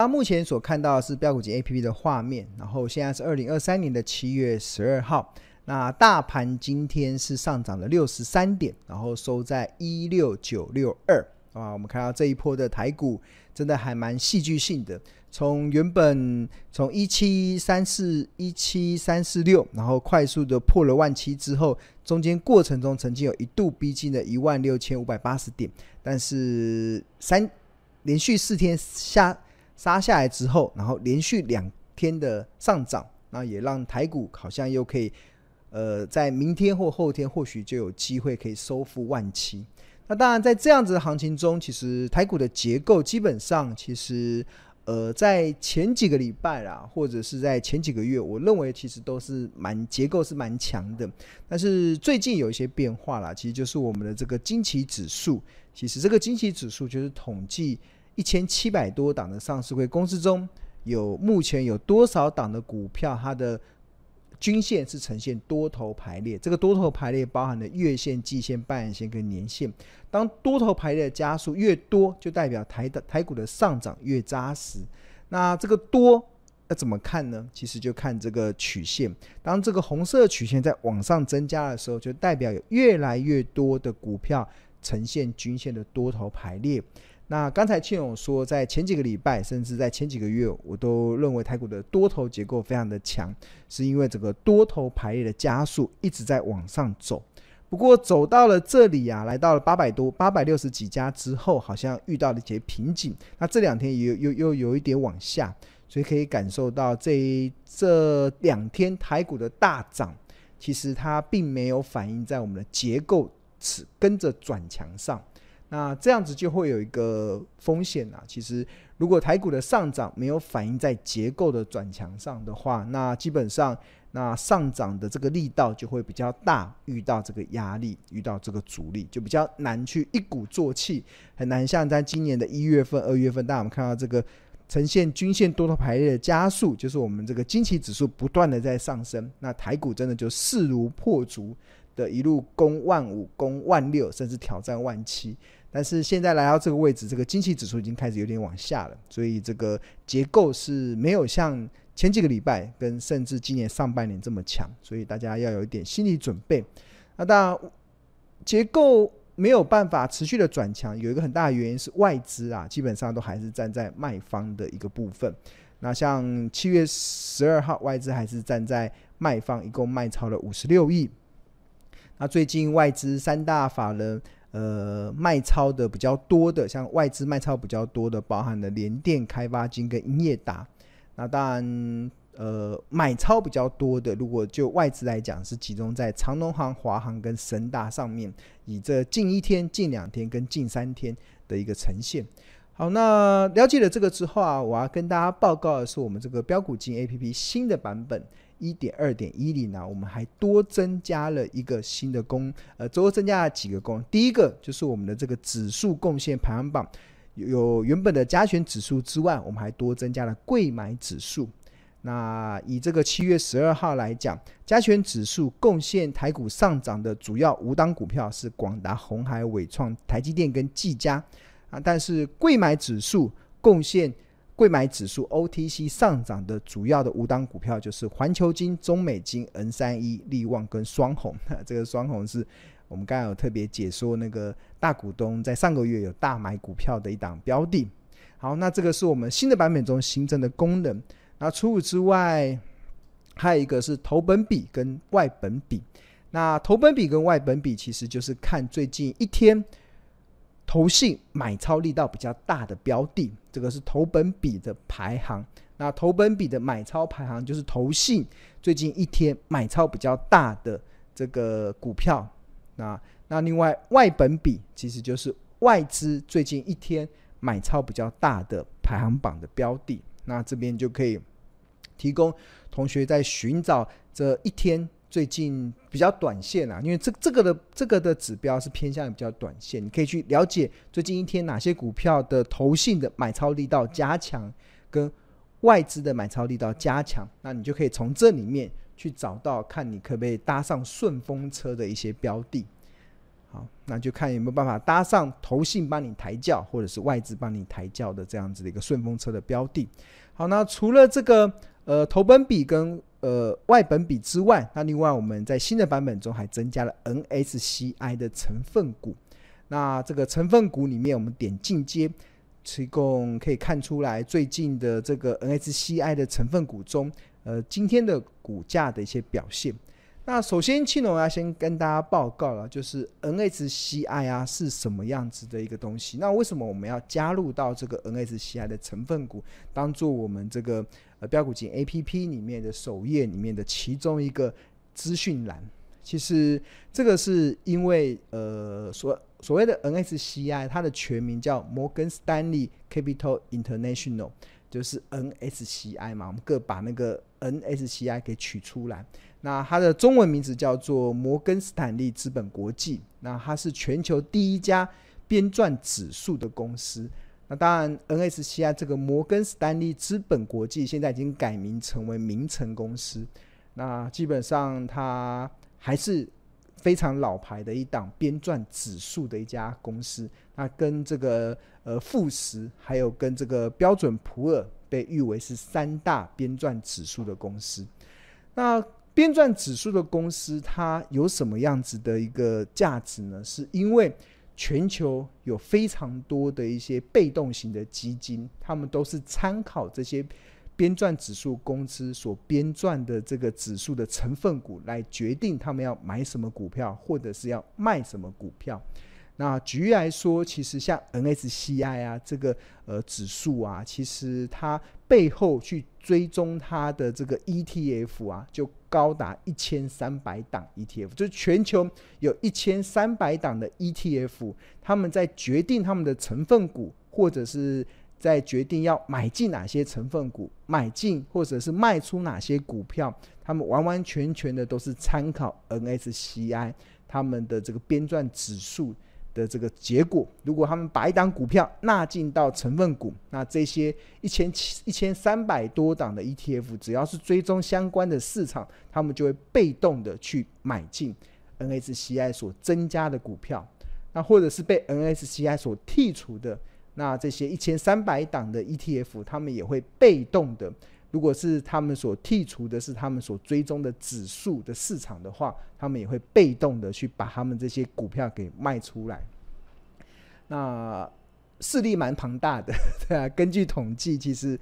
目前所看到的是标股金 APP 的画面，然后现在是2023年的7月12号。那大盘今天是上涨了63点，然后收在16962。我们看到这一波的台股真的还蛮戏剧性的，原本从17341 17346，然后快速的破了17000之后，中间过程中曾经有一度逼近了16580点，但是连续4天杀下来之后，然后连续2天的上涨，那也让台股好像又可以在明天或后天或许就有机会可以收复17000。那当然在这样子的行情中，其实台股的结构基本上其实在前几个礼拜啦，或者是在前几个月，我认为其实都是结构是蛮强的。但是最近有一些变化啦，其实就是我们的这个惊奇指数，其实这个惊奇指数就是统计1700多档的上市柜公司中，目前有多少档的股票它的均线是呈现多头排列，这个多头排列包含了月线、季线、半年线跟年线。当多头排列的家数越多，就代表台股的上涨越扎实。那这个多要怎么看呢？其实就看这个曲线，当这个红色的曲线在往上增加的时候，就代表有越来越多的股票呈现均线的多头排列。那刚才庆勇说，在前几个礼拜甚至在前几个月，我都认为台股的多头结构非常的强，是因为整个多头排列的加速一直在往上走。不过走到了这里啊，来到了860几家之后，好像遇到了一些瓶颈。那这2天又有一点往下，所以可以感受到这2天台股的大涨，其实它并没有反映在我们的结构跟着转强上。那这样子就会有一个风险啊，其实如果台股的上涨没有反映在结构的转强上的话，那基本上那上涨的这个力道就会比较大，遇到这个压力，遇到这个阻力，就比较难去一鼓作气，很难像在今年的1月份、2月份，大家我们看到这个呈现均线多头排列的加速，就是我们这个惊奇指数不断的在上升，那台股真的就势如破竹的一路攻15000、攻16000，甚至挑战17000。但是现在来到这个位置，这个惊奇指数已经开始有点往下了，所以这个结构是没有像前几个礼拜跟甚至今年上半年这么强，所以大家要有一点心理准备。那当然结构没有办法持续的转强，有一个很大的原因是外资啊，基本上都还是站在卖方的一个部分。那像7月12号外资还是站在卖方，一共卖超了56亿。那最近外资3大法人卖超的比较多的，像外资卖超比较多的包含了联电、开发金跟英业达。那当然买超比较多的，如果就外资来讲，是集中在长农行、华航跟神达上面，以这近1天、近2天跟近3天的一个呈现。好，那了解了这个之后啊，我要跟大家报告的是我们这个标股金 APP 新的版本 1.2.10 啊，我们还多增加了一个新的多增加了几个功能。第一个就是我们的这个指数贡献排行榜，有原本的加权指数之外，我们还多增加了贵买指数。那以这个7月12号来讲，加权指数贡献台股上涨的主要5档股票是广达、鸿海、伟创、台积电跟技嘉。但是贵买指数贡献贵买指数 OTC 上涨的主要的5档股票就是环球金、中美金、N31、力旺跟双红。这个双红是我们刚才有特别解说，那个大股东在上个月有大买股票的一档标的。好，那这个是我们新的版本中新增的功能。那除此之外，还有一个是投本比跟外本比。那投本比跟外本比其实就是看最近1天投信买超力道比较大的标的，这个是投本比的排行。那投本比的买超排行就是投信最近1天买超比较大的这个股票。那另外外本比其实就是外资最近1天买超比较大的排行榜的标的。那这边就可以提供同学在寻找这1天最近比较短线啊，因为这个的指标是偏向比较短线，你可以去了解最近1天哪些股票的投信的买超力道加强，跟外资的买超力道加强，那你就可以从这里面去找到看你可不可以搭上顺风车的一些标的。 好，那就看有没有办法搭上投信帮你抬轿，或者是外资帮你抬轿的这样子的一个顺风车的标的。好，那除了这个投本比跟外本比之外，那另外我们在新的版本中还增加了 NSCI 的成分股。那这个成分股里面，我们点进阶，提供可以看出来最近的这个 NSCI 的成分股中，今天的股价的一些表现。那首先庆隆要先跟大家报告了，就是 NSCI 啊是什么样子的一个东西。那为什么我们要加入到这个 NSCI 的成分股，当做我们这个标股金 APP 里面的首页里面的其中一个资讯栏？其实这个是因为所谓的 NSCI 它的全名叫摩根士丹利 Capital International， 就是 NSCI 嘛，我们各把那个 NSCI 给取出来。那它的中文名字叫做摩根斯坦利资本国际，那它是全球第一家编撰指数的公司。那当然 NSCI 这个摩根斯坦利资本国际现在已经改名成为名成公司，那基本上它还是非常老牌的一档编撰指数的一家公司。那跟这个富时还有跟这个标准普尔被誉为是3大编撰指数的公司。那编撰指数的公司它有什么样子的一个价值呢？是因为全球有非常多的一些被动型的基金，他们都是参考这些编撰指数公司所编撰的这个指数的成分股来决定他们要买什么股票，或者是要卖什么股票。那举例来说，其实像 NSCI 啊这个指数啊，其实它背后去追踪它的这个 ETF 啊，就高达1300档 ETF， 就是全球有1300档的 ETF， 他们在决定他们的成分股，或者是在决定要买进哪些成分股，买进或者是卖出哪些股票，他们完完全全的都是参考 NSCI 他们的这个编撰指数的这个结果。如果他们把一档股票纳进到成分股，那这些1300多档的 ETF 只要是追踪相关的市场，他们就会被动的去买进 NSCI 所增加的股票。那或者是被 NSCI 所剔除的，那这些1300档的 ETF 他们也会被动的，如果是他们所剔除的是他们所追踪的指数的市场的话，他们也会被动的去把他们这些股票给卖出来。那势力蛮庞大的，对啊，根据统计，其实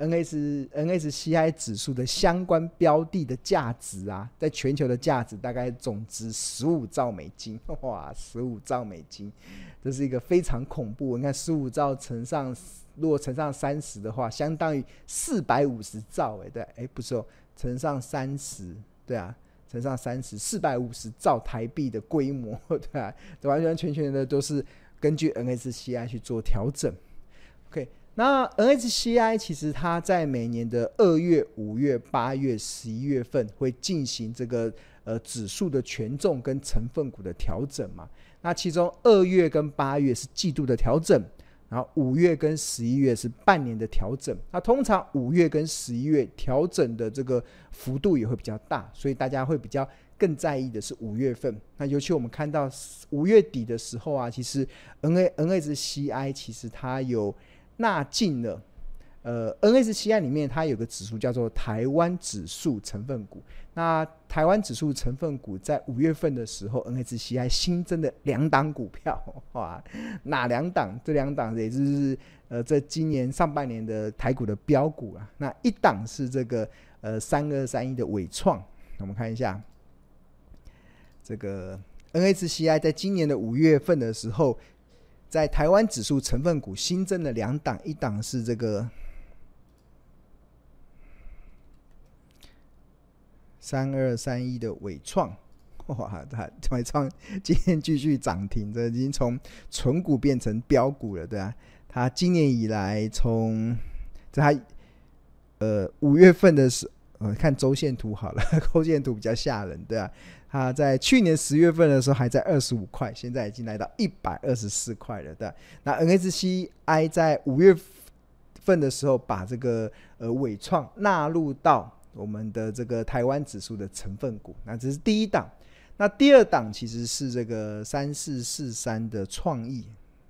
NSCI 指数的相关标的的价值啊，在全球的价值大概总值15兆美金，哇，15兆美金，这是一个非常恐怖。你看15兆如果乘上30的话，相当于450兆，对，不是乘上30，对啊，乘上30，450兆台币的规模，对啊，完完全全的都是根据 NSCI 去做调整。 OK， 那 NSCI 其实它在每年的2月、5月、8月、11月份会进行这个指数的权重跟成分股的调整嘛。那其中2月跟8月是季度的调整，然后5月跟11月是半年的调整。那通常5月跟11月调整的这个幅度也会比较大，所以大家会比较更在意的是5月份。那尤其我们看到5月底的时候啊，其实 NSCI 其实它有纳进了NSCI 里面它有个指数叫做台湾指数成分股。那台湾指数成分股在5月份的时候 NSCI 新增的2档股票，哇，哪2档？这2档也就是这今年上半年的台股的标股啊。那一档是这个3231的伟创，我们看一下这个 NSCI 在今年的5月份的时候，在台湾指数成分股新增了2档，一档是这个3231的伟创，哇，伟创今天继续涨停，这已经从纯股变成标股了，对啊，它今年以来从它5月份的时候，看周线图好了，周线图比较吓人，对啊，它在去年10月份的时候还在25块，现在已经来到124块了，对啊。那 NSCI 在5月份的时候把这个伟创纳入到我们的这个台湾指数的成分股，那这是第一档。 那第二档其实是这个3443的创意，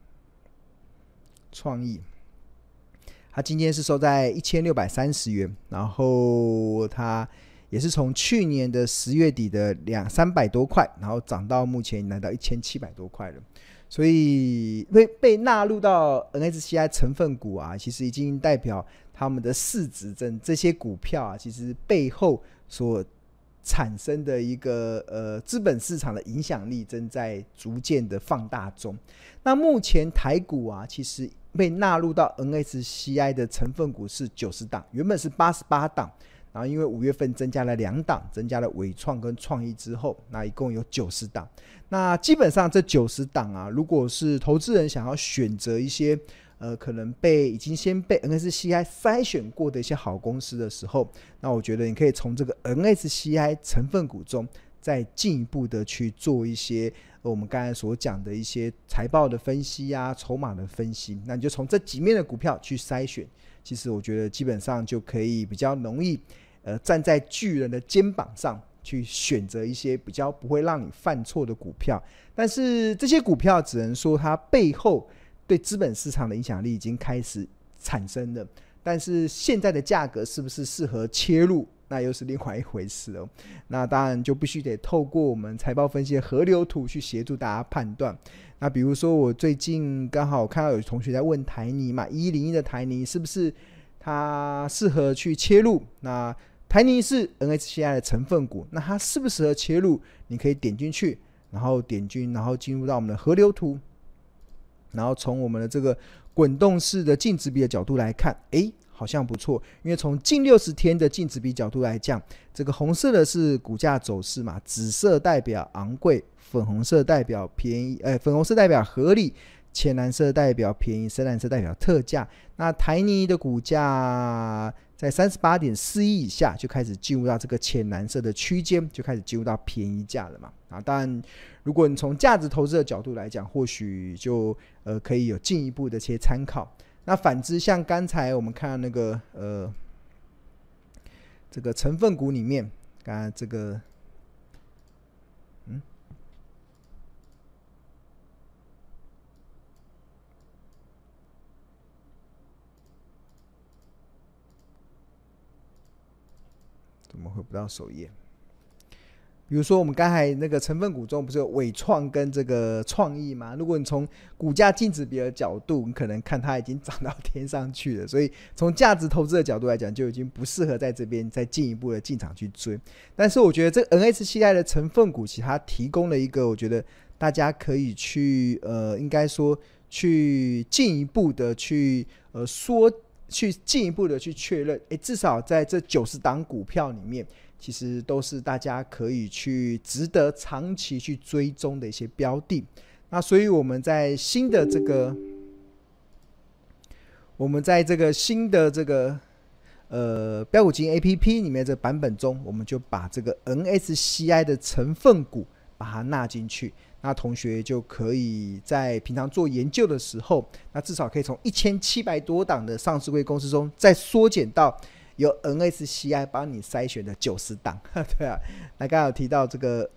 它今天是收在1630元，然后它也是从去年的10月底的300多块，然后涨到目前来到1700多块了。所以被纳入到 NSCI 成分股啊，其实已经代表他们的市值这些股票啊，其实背后所产生的一个资本市场的影响力正在逐渐的放大中。那目前台股啊，其实被纳入到 NSCI 的成分股是90档，原本是88档，然后因为5月份增加了2档，增加了伟创跟创意之后，那一共有90档。那基本上这90档啊，如果是投资人想要选择一些可能已经先被 NSCI 筛选过的一些好公司的时候，那我觉得你可以从这个 NSCI 成分股中再进一步的去做一些我们刚才所讲的一些财报的分析啊，筹码的分析，那你就从这几面的股票去筛选，其实我觉得基本上就可以比较容易站在巨人的肩膀上去选择一些比较不会让你犯错的股票。但是这些股票只能说它背后对资本市场的影响力已经开始产生了，但是现在的价格是不是适合切入，那又是另外一回事了。那当然就必须得透过我们财报分析的河流图去协助大家判断。那比如说我最近刚好看到有同学在问台泥嘛，1101的台泥是不是它适合去切入，那台泥是 NSCI 的成分股，那它适不适合切入，你可以点进去，然后进入到我们的河流图，然后从我们的这个滚动式的净值比的角度来看，好像不错。因为从近60天的净值比角度来讲，这个红色的是股价走势嘛，紫色代表昂贵，粉红色代表便宜，粉红色代表合理，浅蓝色代表便宜，深蓝色代表特价。那台泥的股价在 38.41 以下就开始进入到这个浅蓝色的区间，就开始进入到便宜价了嘛。当然如果你从价值投资的角度来讲，或许就可以有进一步的一些参考。那反之，像刚才我们看到那个这个成分股里面，刚才这个怎么回不到首页？比如说我们刚才那个成分股中不是有伟创跟这个创意吗？如果你从股价净值比的角度，你可能看它已经涨到天上去了，所以从价值投资的角度来讲，就已经不适合在这边再进一步的进场去追。但是我觉得这个 NSCI 的成分股其实它提供了一个我觉得大家可以去应该说去进一步的去进一步的去确认，至少在这90档股票里面，其实都是大家可以去值得长期去追踪的一些标的。那所以我们在这个标股基金 APP 里面这版本中，我们就把这个 NSCI 的成分股把它纳进去。那同学就可以在平常做研究的时候，那至少可以从1700多档的上市柜公司中再缩减到由 NSCI 帮你筛选的90档。对啊，那刚才有提到这个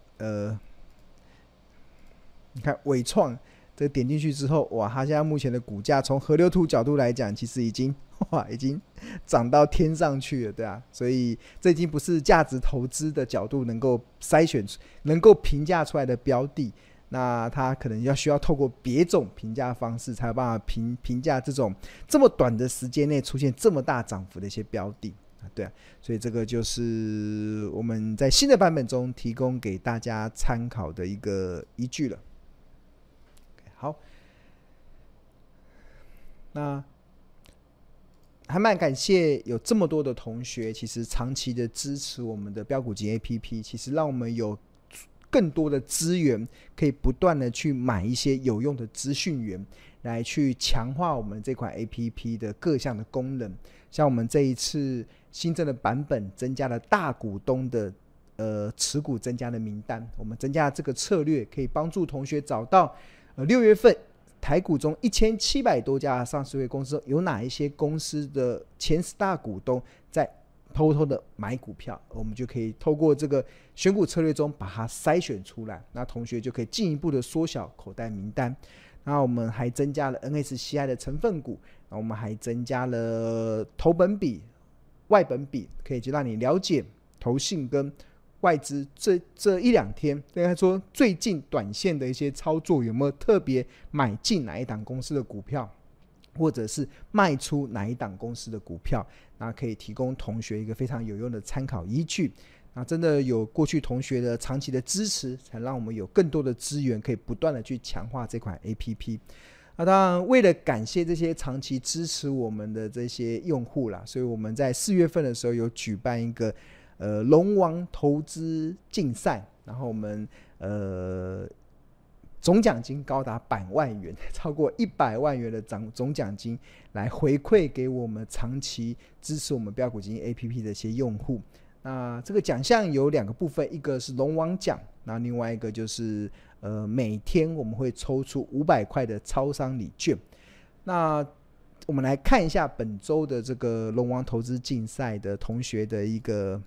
你看伟创这个点进去之后，哇，它现在目前的股价从河流图角度来讲，其实已经涨到天上去了，对啊，所以这已经不是价值投资的角度能够筛选、能够评价出来的标的。那它可能需要透过别种评价方式才有办法评价这么短的时间内出现这么大涨幅的一些标的，对啊，所以这个就是我们在新的版本中提供给大家参考的一个依据了。好，那还蛮感谢有这么多的同学其实长期的支持我们的标股金 APP， 其实让我们有更多的资源可以不断的去买一些有用的资讯源来去强化我们这款 APP 的各项的功能。像我们这一次新增的版本增加了大股东的持股增加的名单，我们增加了这个策略可以帮助同学找到6月份台股中1700多家上市柜公司有哪一些公司的前10大股东在偷偷的买股票，我们就可以透过这个选股策略中把它筛选出来，那同学就可以进一步的缩小口袋名单。那我们还增加了 NSCI 的成分股，那我们还增加了投本比、外本比，可以就让你了解投信跟外资这一两天，应该说最近短线的一些操作有没有特别买进哪一档公司的股票，或者是卖出哪一档公司的股票，那可以提供同学一个非常有用的参考依据。那真的有过去同学的长期的支持，才让我们有更多的资源可以不断的去强化这款 APP。那当然为了感谢这些长期支持我们的这些用户啦，所以我们在4月份的时候有举办一个龙王投资竞赛，然后我们总奖金高达100万元，超过100万元的总奖金来回馈给我们长期支持我们标股基金 APP 的一些用户。那这个奖项有2个部分，一个是龙王奖，那另外一个就是每天我们会抽出500块的超商礼券。那我们来看一下本周的这个龙王投资竞赛的同学的一个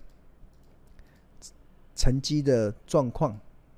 成绩的状况。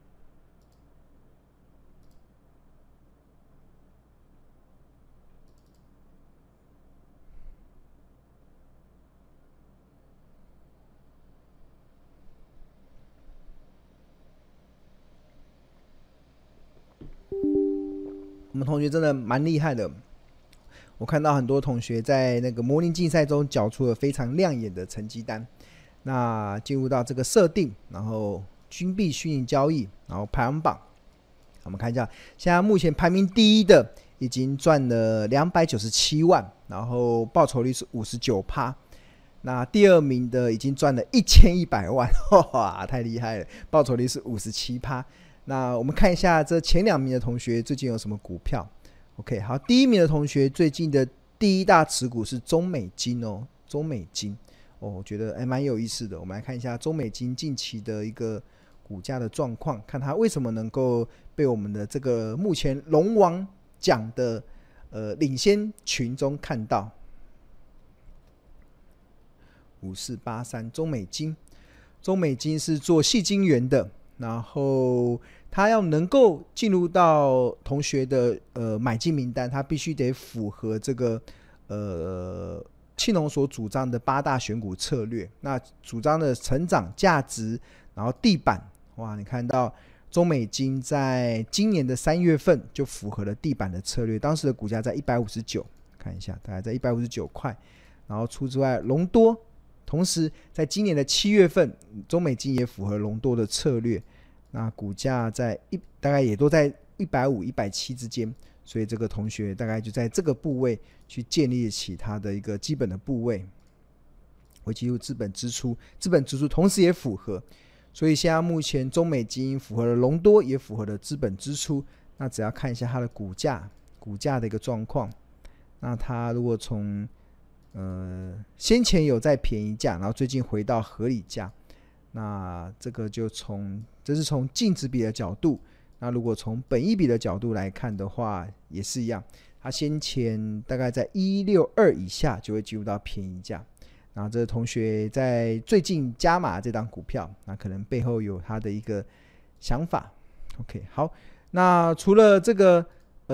我们同学真的蛮厉害的，我看到很多同学在那个模拟竞赛中缴出了非常亮眼的成绩单。那进入到这个设定，然后军币虚拟交易，然后排行榜，我们看一下，现在目前排名第一的已经赚了297万，然后报酬率是 59%。那第二名的已经赚了1100万，哇，太厉害了，报酬率是 57%。那我们看一下这前2名的同学最近有什么股票。 OK， 好，第1名的同学最近的第一大持股是中美金哦，中美金哦，我觉得还蛮有意思的。我们来看一下中美金近期的一个股价的状况，看它为什么能够被我们的这个目前龙王奖的领先群中看到。5483中美金，中美金是做矽晶圆的，然后它要能够进入到同学的买进名单，它必须得符合这个庆农所主张的8大选股策略。那主张的成长、价值，然后地板，哇，你看到中美金在今年的3月份就符合了地板的策略，当时的股价在159，看一下大概在159块。然后除此之外，隆多同时在今年的7月份，中美金也符合隆多的策略，那股价在大概也都在150、170之间，所以这个同学大概就在这个部位去建立起他的一个基本的部位，会计入资本支出，资本支出同时也符合，所以现在目前中美金符合了隆多，也符合了资本支出。那只要看一下它的股价的一个状况，那它如果从先前有在便宜价，然后最近回到合理价，那这个这是从净值比的角度。那如果从本益比的角度来看的话，也是一样，它先前大概在162以下就会进入到便宜价。然后这个同学在最近加码这档股票，那可能背后有他的一个想法。OK， 好，那除了这个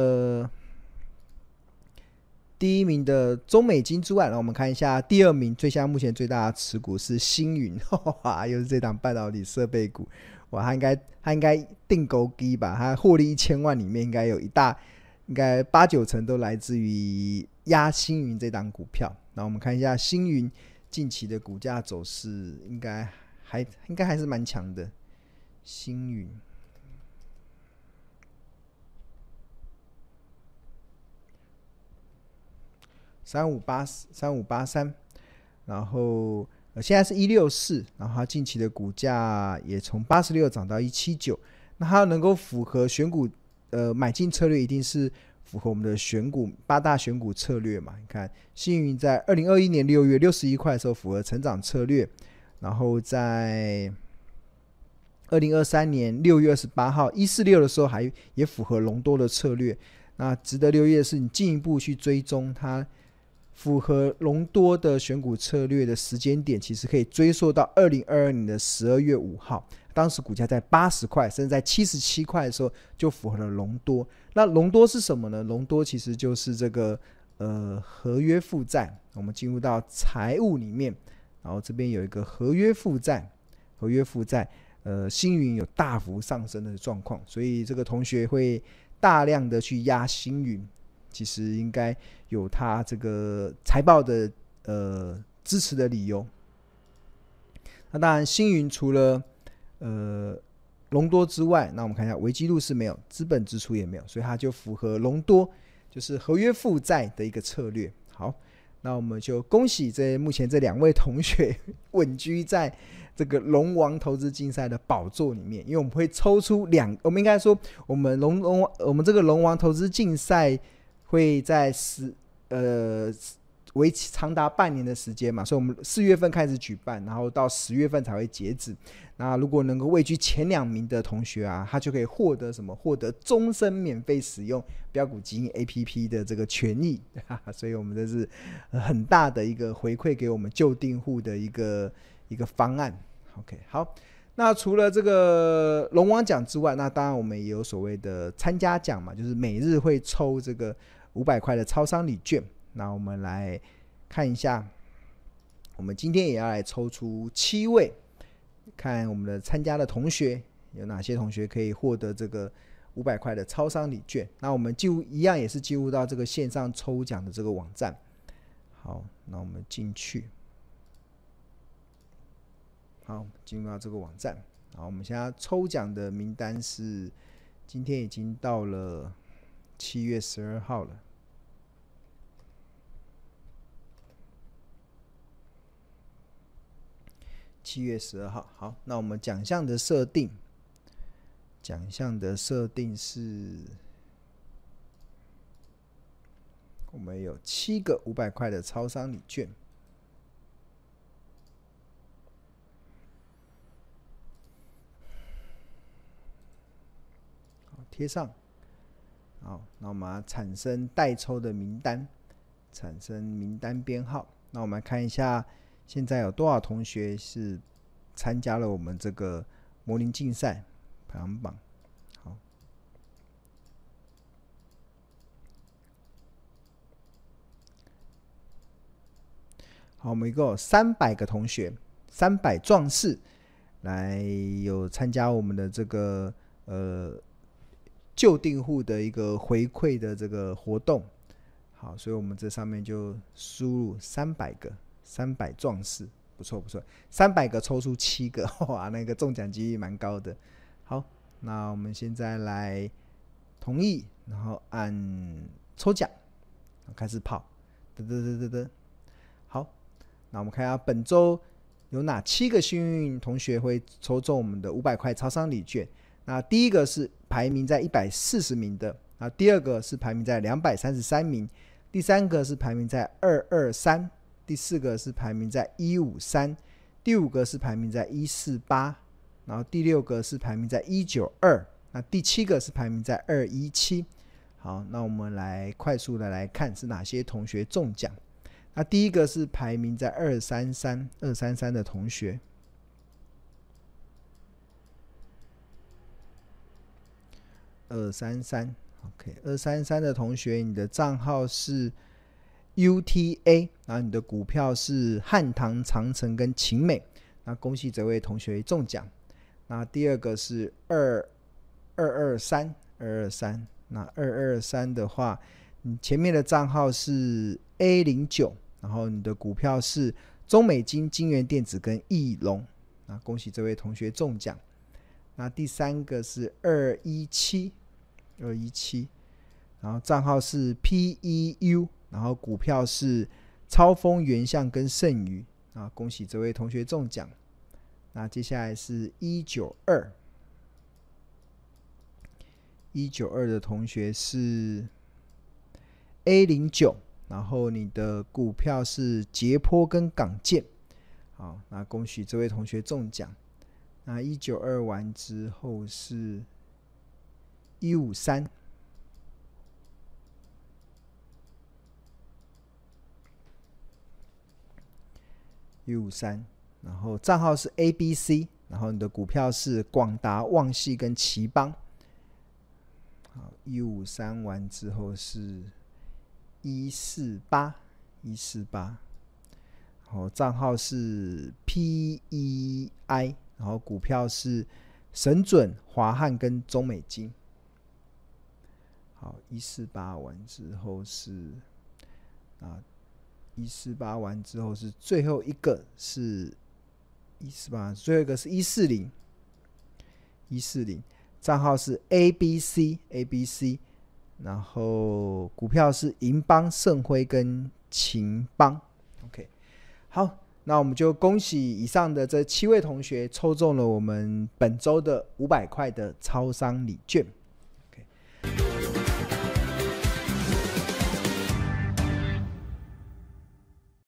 第1名的中美金之外，我们看一下第2名，现在目前最大的持股是星云，哇，又是这档半导体设备股，哇，他应该定勾低吧？他获利1000万里面应该有应该8-9成都来自于压星云这档股票。那我们看一下星云近期的股价走势，应该还是蛮强的。星云3583，然后现在是164，然后它近期的股价也从86涨到179。那它能够符合选股买进策略，一定是符合我们的8大选股策略嘛。你看星云在2021年6月61块的时候符合成长策略，然后在2023年6月28号146的时候也符合隆多的策略。那值得留意的是，你进一步去追踪它符合隆多的选股策略的时间点，其实可以追溯到2022年的12月5号，当时股价在80块甚至在77块的时候就符合了隆多。那隆多是什么呢？隆多其实就是这个合约负债。我们进入到财务里面，然后这边有一个合约负债，星云有大幅上升的状况，所以这个同学会大量的去压星云，其实应该有他这个财报的支持的理由。那当然星云除了隆多之外，那我们看一下维基路是没有，资本支出也没有，所以它就符合隆多就是合约负债的一个策略。好，那我们就恭喜目前这2位同学稳居在这个龙王投资竞赛的宝座里面，因为我们会抽出我们应该说我们这个龙王投资竞赛会在为期长达半年的时间嘛，所以我们4月份开始举办，然后到10月份才会截止。那如果能够位居前2名的同学啊，他就可以获得什么？获得终身免费使用标股基金 APP 的这个权益，所以我们这是很大的一个回馈给我们旧订户的一个方案。OK， 好，那除了这个龙王奖之外，那当然我们也有所谓的参加奖嘛，就是每日会抽这个500块的超商礼券。那我们来看一下，我们今天也要来抽出7位，看我们的参加的同学有哪些同学可以获得这个500块的超商礼券。那我们一样也是进入到这个线上抽奖的这个网站。好，那我们进去，好，进入到这个网站。好，我们现在抽奖的名单是今天已经到了7月12号了。7月12号，好，那我们奖项的设定是，我们有7个500块的超商礼券。好，贴上。好，那我们产生待抽的名单，产生名单编号。那我们来看一下现在有多少同学是参加了我们这个模拟竞赛排行榜。好，我们一共有300个同学，300壮士来有参加我们的这个旧订户的一个回馈的这个活动。好，所以我们这上面就输入300个300壮士，不错不错，300个抽出7个，哇，那个中奖几率蛮高的。好，那我们现在来同意，然后按抽奖，开始跑，好，那我们看一下本周有哪7个幸运同学会抽中我们的500块超商礼券。那第一个是排名在140名的，那第二个是排名在233名，第三个是排名在223，第四个是排名在153，第五个是排名在148，然后第六个是排名在192，那第7个是排名在217。好，那我们来快速的来看是哪些同学中奖。那第一个是排名在233的同学，233 OK， 233的同学，你的账号是 UTA， 然后你的股票是汉唐、长城跟勤美，那恭喜这位同学中奖。那第二个是223，那223的话，你前面的账号是 A09， 然后你的股票是中美金、金源电子跟翼龙，那恭喜这位同学中奖。那第三个是217，然后账号是 PEU， 然后股票是超丰、原相跟盛宇，啊，恭喜这位同学中奖。那接下来是192的同学是 A09， 然后你的股票是捷波跟港建，好，那恭喜这位同学中奖。那192完之后是153， 153，然后账号是 ABC， 然后你的股票是广达、旺系跟奇邦。好，153完之后是148，然后账号是 PEI， 然后股票是神准、华汉跟中美金。好，148完之后是148完之后是最后一个是148，最后一个是140，账号是 ABC， 然后股票是银邦、盛辉跟秦邦。OK， 好，那我们就恭喜以上的这7位同学抽中了我们本周的500块的超商礼券。